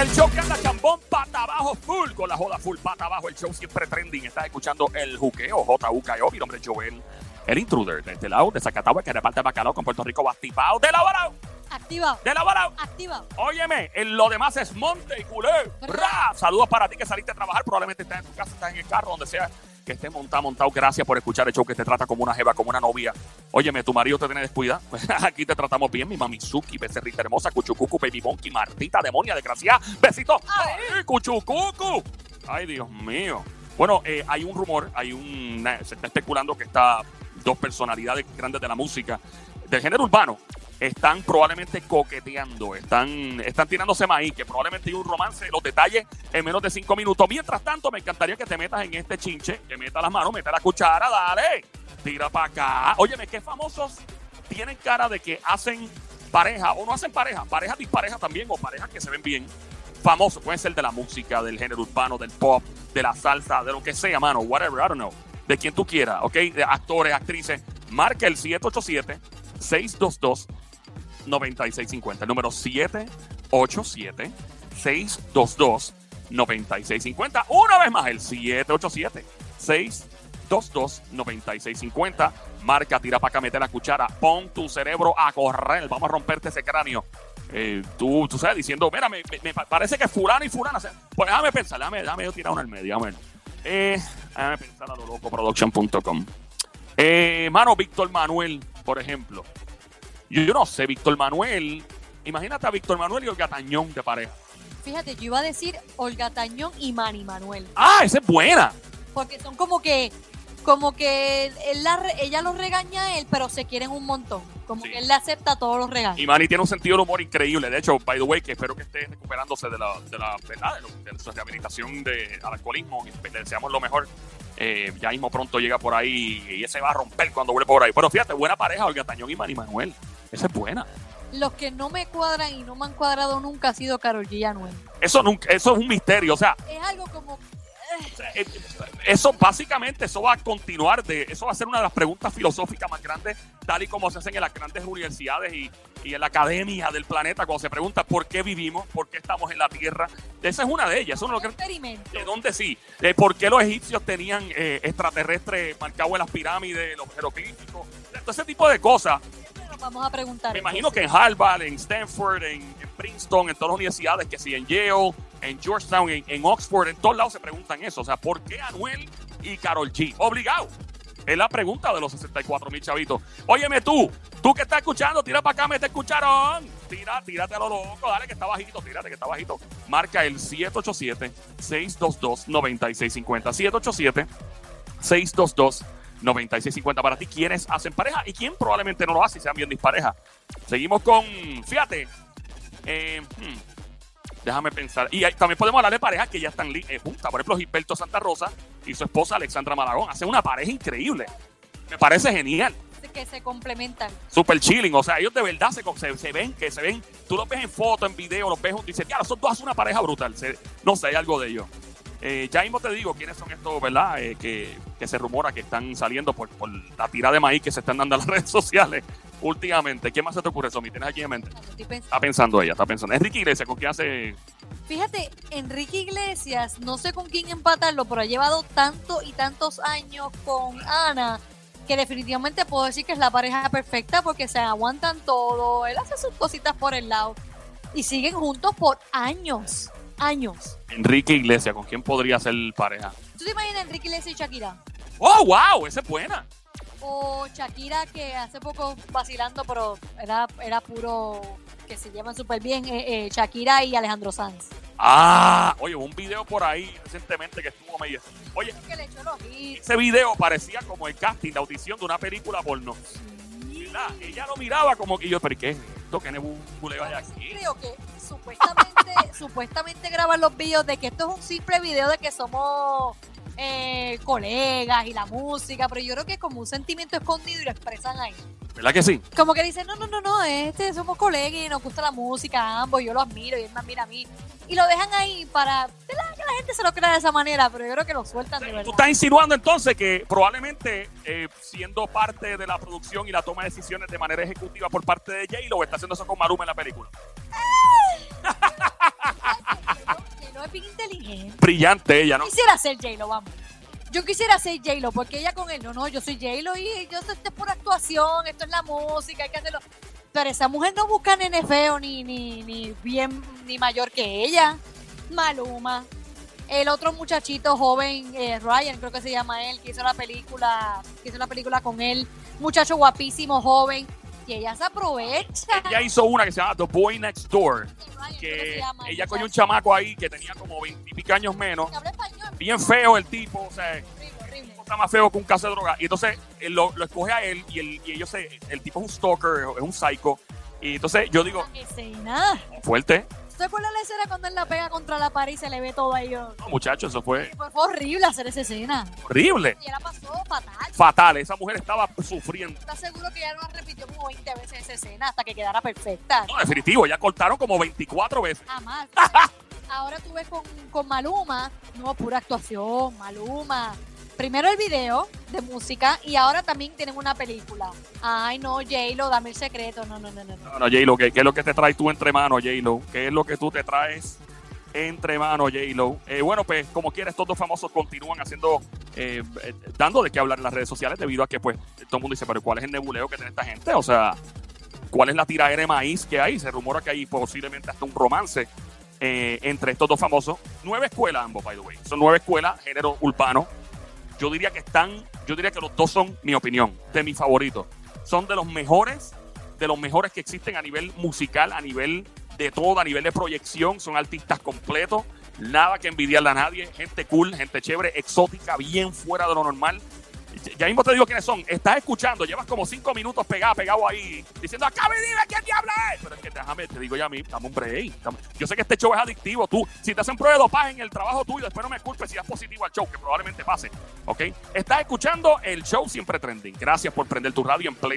El show que anda chambón, pata abajo, full, con la joda full, pata abajo, el show siempre trending. Estás escuchando el juqueo, J-U-K-E-O. Mi nombre es Joel, el intruder, de este lado, de Zacatagua, que reparte bacalao con Puerto Rico, bastipao, de elaborado. Activado. De elaborado. Activado. Óyeme, lo demás es monte y culé. ¡Ra! Saludos para ti que saliste a trabajar, probablemente estás en tu casa, estás en el carro, donde sea que estés montado. Gracias por escuchar el show que te trata como una jeva, como una novia. Óyeme, tu marido te tiene descuidado. Pues aquí te tratamos bien, mi mamizuki, becerrita hermosa, cuchucucu, baby monkey, martita, demonia, desgraciada. Besitos. ¡Ay, cuchucucu! Ay, Dios mío. Bueno, hay un rumor, se está especulando que dos personalidades grandes de la música, del género urbano, están probablemente coqueteando, están tirándose maíz, que probablemente hay un romance, los detalles en menos de 5 minutos. Mientras tanto, me encantaría que te metas en este chinche, que metas las manos, metas la cuchara, dale, tira para acá. Óyeme, ¿qué famosos tienen cara de que hacen pareja o no hacen pareja? Pareja dispareja también, o parejas que se ven bien. Famosos, pueden ser de la música, del género urbano, del pop, de la salsa, de lo que sea, mano, whatever, I don't know, de quien tú quieras, ¿ok? De actores, actrices. Marca el 787-622-9650. El número 787-622-9650. Una vez más, el 787-622-9650. Marca, tira para acá, mete la cuchara. Pon tu cerebro a correr. Vamos a romperte ese cráneo. Tú sabes, diciendo, mira, me parece que fulano y fulana. Pues déjame pensar, déjame yo tirar una al medio. Déjame pensar a lo loco, production.com. Mano, Víctor Manuel, por ejemplo. Yo no sé, Víctor Manuel. Imagínate a Víctor Manuel y Olga Tañón de pareja. Fíjate, yo iba a decir Olga Tañón y Manny Manuel. ¡Ah, esa es buena! Porque son como que ella los regaña a él, pero se quieren un montón. Como Sí. que él le acepta todos los regaños. Y Manny tiene un sentido del humor increíble. De hecho, by the way, que espero que esté recuperándose de su rehabilitación al alcoholismo. Y le deseamos lo mejor. Ya mismo pronto llega por ahí y ese va a romper cuando vuelve por ahí. Pero fíjate, buena pareja, Olga Tañón y Manny Manuel. Esa es buena. Los que no me cuadran y no me han cuadrado nunca ha sido Karol G y Anuel. Eso es un misterio. O sea, Es algo como... eso básicamente, eso va a continuar, eso va a ser una de las preguntas filosóficas más grandes, tal y como se hacen en las grandes universidades y en la academia del planeta, cuando se pregunta por qué vivimos, por qué estamos en la Tierra. Esa es una de ellas. Eso no un lo experimento. ¿De dónde sí? ¿De por qué los egipcios tenían extraterrestres marcados en las pirámides, los jeroglíficos? Todo ese tipo de cosas. Nos vamos a preguntar. Me imagino que en Harvard, en Stanford, en Princeton, en todas las universidades, que sí, en Yale, en Georgetown, en Oxford, en todos lados se preguntan eso. O sea, ¿por qué Anuel y Karol G? Obligado. Es la pregunta de los 64,000 chavitos. Óyeme tú que estás escuchando, tira para acá, mete el cucharón. Tírate a lo loco, dale que está bajito, tírate que está bajito. Marca el 787-622-9650. 787-622-9650. Para ti, ¿quiénes hacen pareja y quién probablemente no lo hace y sean bien dispareja? Seguimos con, fíjate, déjame pensar. Y también podemos hablar de parejas que ya están juntas. Por ejemplo, Gilberto Santa Rosa y su esposa Alexandra Malagón hacen una pareja increíble. Me parece genial. Que se complementan. Super chilling. O sea, ellos de verdad se ven. Tú los ves en foto, en video, los ves juntos y dices, ya, esos dos hacen una pareja brutal. No sé, hay algo de ellos. Ya mismo te digo quiénes son estos, ¿verdad? Que se rumora que están saliendo por la tira de maíz que se están dando en las redes sociales últimamente. ¿Quién más se te ocurre, Somi? ¿Tienes aquí en mente? Está pensando ella. Enrique Iglesias, ¿con quién hace? Fíjate, Enrique Iglesias, no sé con quién empatarlo, pero ha llevado tanto y tantos años con Ana, que definitivamente puedo decir que es la pareja perfecta porque se aguantan todo, él hace sus cositas por el lado y siguen juntos por años. Enrique Iglesias, ¿con quién podría ser pareja? ¿Tú te imaginas Enrique Iglesias y Shakira? ¡Oh, wow! Esa es buena. O Shakira, que hace poco vacilando, pero era puro, que se llevan súper bien, Shakira y Alejandro Sanz. Oye, un video por ahí recientemente que estuvo medio... Oye, Que le echó los hits. ese video parecía como el casting, la audición de una película porno. ¿Verdad? Ella lo miraba como que yo, ¿pero qué es esto? ¿Qué nebuleo hay aquí? Creo que supuestamente graban los videos de que esto es un simple video de que somos colegas y la música, pero yo creo que es como un sentimiento escondido y lo expresan ahí. ¿Verdad que sí? Como que dicen, no, somos colegas y nos gusta la música ambos, yo lo admiro y él me admira a mí. Y lo dejan ahí para que la gente se lo crea de esa manera, pero yo creo que lo sueltan de verdad. Tú estás insinuando entonces que probablemente siendo parte de la producción y la toma de decisiones de manera ejecutiva por parte de J-Lo, está haciendo eso con Maluma en la película. es bien inteligente. Brillante ella, ¿no? Quisiera ser J-Lo, vamos. Yo quisiera ser J-Lo, porque ella con él, no, yo soy J-Lo y yo esto es pura actuación, esto es la música, hay que hacerlo. Pero esa mujer no busca nene feo ni bien ni mayor que ella. Maluma. El otro muchachito joven, Ryan, creo que se llama él, que hizo la película con él. Muchacho guapísimo, joven. Y ella se aprovecha. Ella hizo una que se llama The Boy Next Door. Ryan, creo Que se llama, ella cogió un chamaco ahí que tenía como 20 y pico años menos. que habla español. Bien feo el tipo, o sea, Horrible. está más feo que un caso de droga. Y entonces lo escoge a él el tipo es un stalker, es un psycho. Y entonces yo digo, La escena. fuerte. ¿Te acuerdas la escena cuando él la pega contra la pared y se le ve todo ahí? No, muchachos, eso fue Fue horrible hacer esa escena. horrible. Y ella la pasó fatal. Fatal, esa mujer estaba sufriendo. ¿Estás seguro que ella no repitió como 20 veces esa escena hasta que quedara perfecta? No, definitivo, ya cortaron como 24 veces. Jamás. Ahora tú ves con Maluma, no, pura actuación, Maluma. Primero el video de música y ahora también tienen una película. Ay, no, J-Lo, dame el secreto. No. No, J-Lo, ¿qué es lo que te traes tú entre manos, J-Lo? ¿Qué es lo que tú te traes entre manos, J-Lo? Bueno, pues, como quiera, estos dos famosos continúan haciendo, dando de qué hablar en las redes sociales debido a que, pues, todo el mundo dice, pero ¿cuál es el nebuleo que tiene esta gente? O sea, ¿cuál es la tiradera de maíz que hay? Se rumora que hay posiblemente hasta un romance entre estos dos famosos. 9 escuelas ambos, by the way. Son 9 escuelas, género urbano. Yo diría que los dos son, mi opinión, de mis favoritos. Son de los mejores que existen a nivel musical, a nivel de todo, a nivel de proyección. Son artistas completos, nada que envidiarle a nadie. Gente cool, gente chévere, exótica, bien fuera de lo normal. Ya mismo te digo quiénes son. Estás escuchando, llevas como 5 minutos pegado ahí, diciendo, acá me dime quién diablo es. Pero es que déjame, te digo ya a mí, dame un break. Yo sé que este show es adictivo. Tú, si te hacen prueba de dopaje en el trabajo tuyo, después no me culpes si das positivo al show, que probablemente pase. ¿Ok? Estás escuchando el show Siempre Trending. Gracias por prender tu radio en Play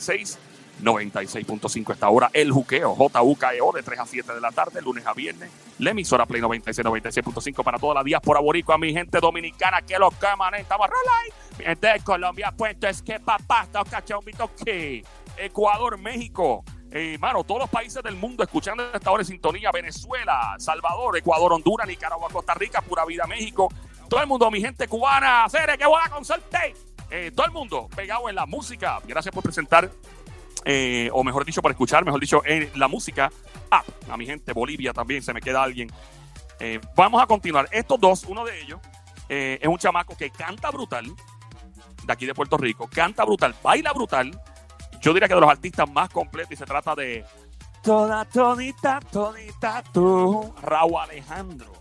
96.5 esta hora. El Juqueo, JUKEO, de 3 a 7 de la tarde, lunes a viernes. La emisora Play 96.5 para toda la diáspora boricua, mi gente dominicana, que los queman, estamos rolay. Mi gente de Colombia, pues es que papá, está cachombito que Ecuador, México, mano, todos los países del mundo escuchando esta hora en sintonía. Venezuela, Salvador, Ecuador, Honduras, Nicaragua, Costa Rica, pura vida, México. Todo el mundo, mi gente cubana, Cere, que buena consorte. Todo el mundo pegado en la música. Gracias por presentar. O mejor dicho, por escuchar, en la música a mi gente, Bolivia también, se me queda alguien. Vamos a continuar. Estos dos, uno de ellos es un chamaco que canta brutal, de aquí de Puerto Rico, canta brutal, baila brutal. Yo diría que de los artistas más completos, y se trata de todita tú, Raúl Alejandro.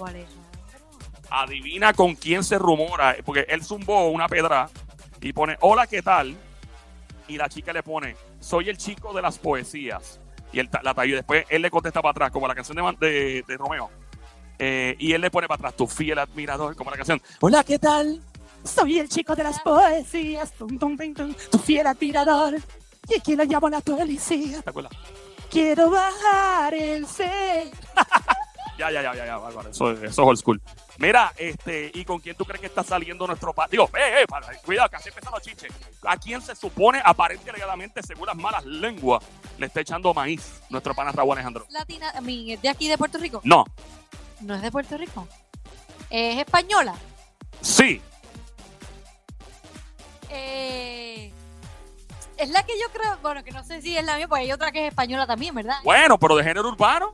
Adivina con quién se rumora, porque él zumbó una pedra y pone, hola, ¿qué tal? Y la chica le pone, soy el chico de las poesías. Y la talló. Y después él le contesta para atrás, como la canción de Romeo. Y él le pone para atrás, tu fiel admirador, como la canción. Hola, ¿qué tal? Soy el chico de las poesías, tu fiel admirador. Y aquí lo llamo la policía. ¿Te acuerdas? Quiero bajar el C. Ya, bárbaro. Eso es old school. Mira, ¿y con quién tú crees que está saliendo nuestro país? Digo, cuidado, que así empiezan los chiches. ¿A quién se supone, aparentemente, alegadamente, según las malas lenguas, le está echando maíz nuestro pana Raúl Alejandro? Latina, ¿es de aquí de Puerto Rico? No. ¿No es de Puerto Rico? ¿Es española? Sí. Es la que yo creo, bueno, que no sé si es la mía, porque hay otra que es española también, ¿verdad? Bueno, pero de género urbano.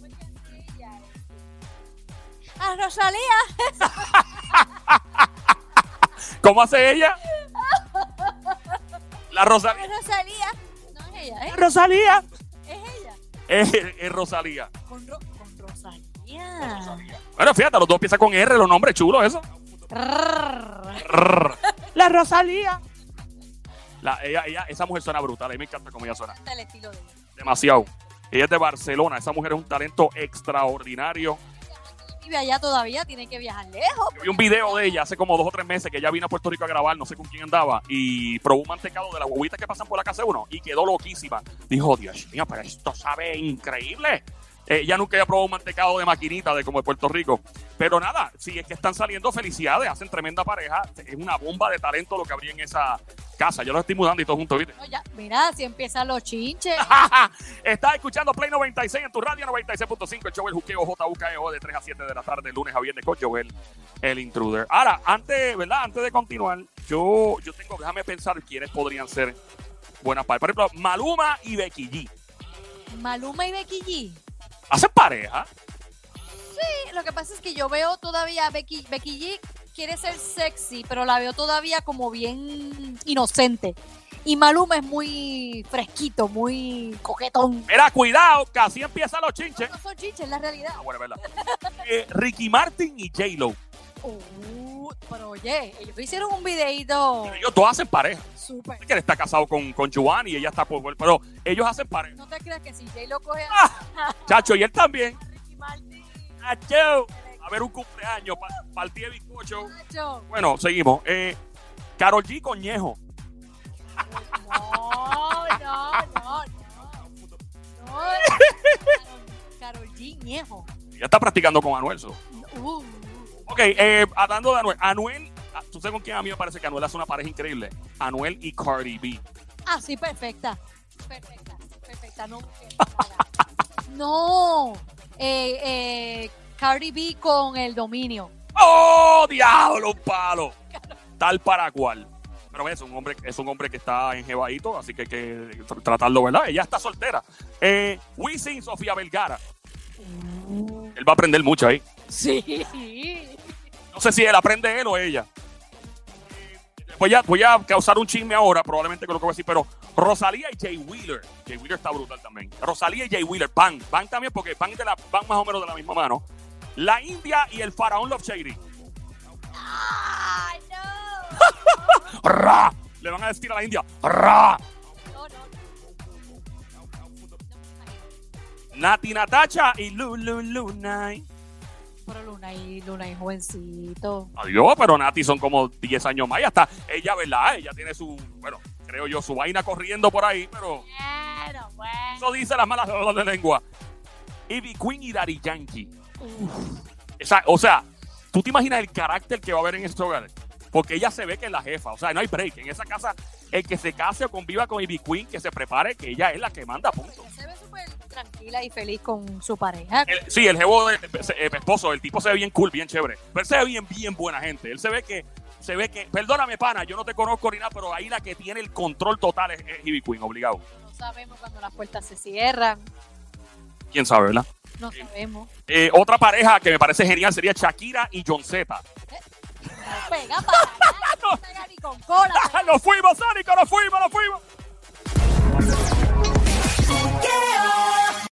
¡Ah, Rosalía! ¿Cómo hace ella? La Rosalía. Es Rosalía. No es ella, ¿eh? Rosalía. Es ella. Es Rosalía. Con Rosalía. Bueno, fíjate, los dos empiezan con R, los nombres chulos, eso. La Rosalía. Esa mujer suena brutal, a mí me encanta cómo ella suena. El estilo de ella. Demasiado. Ella es de Barcelona, esa mujer es un talento extraordinario. Vive allá todavía, tiene que viajar lejos. Yo vi un video de ella hace como 2 o 3 meses que ella vino a Puerto Rico a grabar, no sé con quién andaba, y probó un mantecado de las huevitas que pasan por la casa de uno y quedó loquísima. Dijo, Dios mío, pero esto sabe increíble. Ella nunca había probado un mantecado de maquinita de como de Puerto Rico. Pero nada, si es que están saliendo, felicidades, hacen tremenda pareja. Es una bomba de talento lo que habría casa. Yo los estoy mudando y todo junto, ¿viste? No, ya, mira, si empiezan los chinches. Estás escuchando Play 96 en tu radio 96.5, el show El Juqueo, JUKEO, de 3 a 7 de la tarde, lunes a viernes con Joel, el intruder. Ahora, antes de continuar, yo tengo, déjame pensar quiénes podrían ser buenas parejas. Por ejemplo, Maluma y Becky G. Maluma y Becky G. ¿Hacen pareja? Sí, lo que pasa es que yo veo todavía Becky G quiere ser sexy, pero la veo todavía como bien inocente. Y Maluma es muy fresquito, muy coquetón. Mira, cuidado, que así empiezan los chinches. No son chinches, es la realidad. Ah, bueno, verdad. Ricky Martin y J-Lo. Pero oye, ellos hicieron un videíto Ellos dos hacen pareja. súper. Que él está casado con Giovanni y ella está por... Pero ellos hacen pareja. No te creas que si J lo coge Chacho, y él también. Ricky Martin, Chacho. A ver un cumpleaños, partí de bizcocho. Nacho. Bueno, seguimos. Karol G con Ñejo. No. Karol G, Ñejo. Ella está practicando con Anuel. Uh, Ok, hablando de Anuel. Anuel, ¿tú sabes con quién a mí me parece que Anuel hace una pareja increíble? Anuel y Cardi B. sí, perfecta. No. No. Cardi B con el dominio. ¡Oh, diablo, un palo! Tal para cual. Pero es un hombre que está enjebadito, así que hay que tratarlo, ¿verdad? Ella está soltera. Wisin, Sofía Vergara. Él va a aprender mucho ahí. Sí. No sé si él aprende él o ella. Voy a causar un chisme ahora, probablemente con lo que voy a decir, pero Rosalía y Jay Wheeler. Jay Wheeler está brutal también. Rosalía y Jay Wheeler, van también porque van más o menos de la misma mano. La India y el faraón Love Shady. ¡Ay, no! ¡Ra! Le van a decir a la India, ¡ra! No. Nati Natacha y Lunay. Pero Luna y jovencito. Adiós, pero Nati son como 10 años más y hasta ella, ¿verdad? Ella tiene su, bueno, creo yo, su vaina corriendo por ahí, pero Bueno. eso dice las malas de lengua. Ivy Queen y Daddy Yankee. O sea, ¿tú te imaginas el carácter que va a haber en estos hogares? Porque ella se ve que es la jefa, o sea, no hay break. En esa casa, el que se case o conviva con Ivy Queen, que se prepare, que ella es la que manda, punto. Se ve súper tranquila y feliz con su pareja. Sí, el jevo de esposo, el tipo se ve bien cool, bien chévere. Pero él se ve bien buena gente. Él se ve que, perdóname, pana, yo no te conozco ni nada, pero ahí la que tiene el control total es Ivy Queen, obligado. No sabemos cuando las puertas se cierran. ¿Quién sabe, verdad? No sabemos. Otra pareja que me parece genial sería Shakira y John Z. No pega para nada, no pega ni con cola. ¡Nos fuimos, Sónico! ¡Nos fuimos!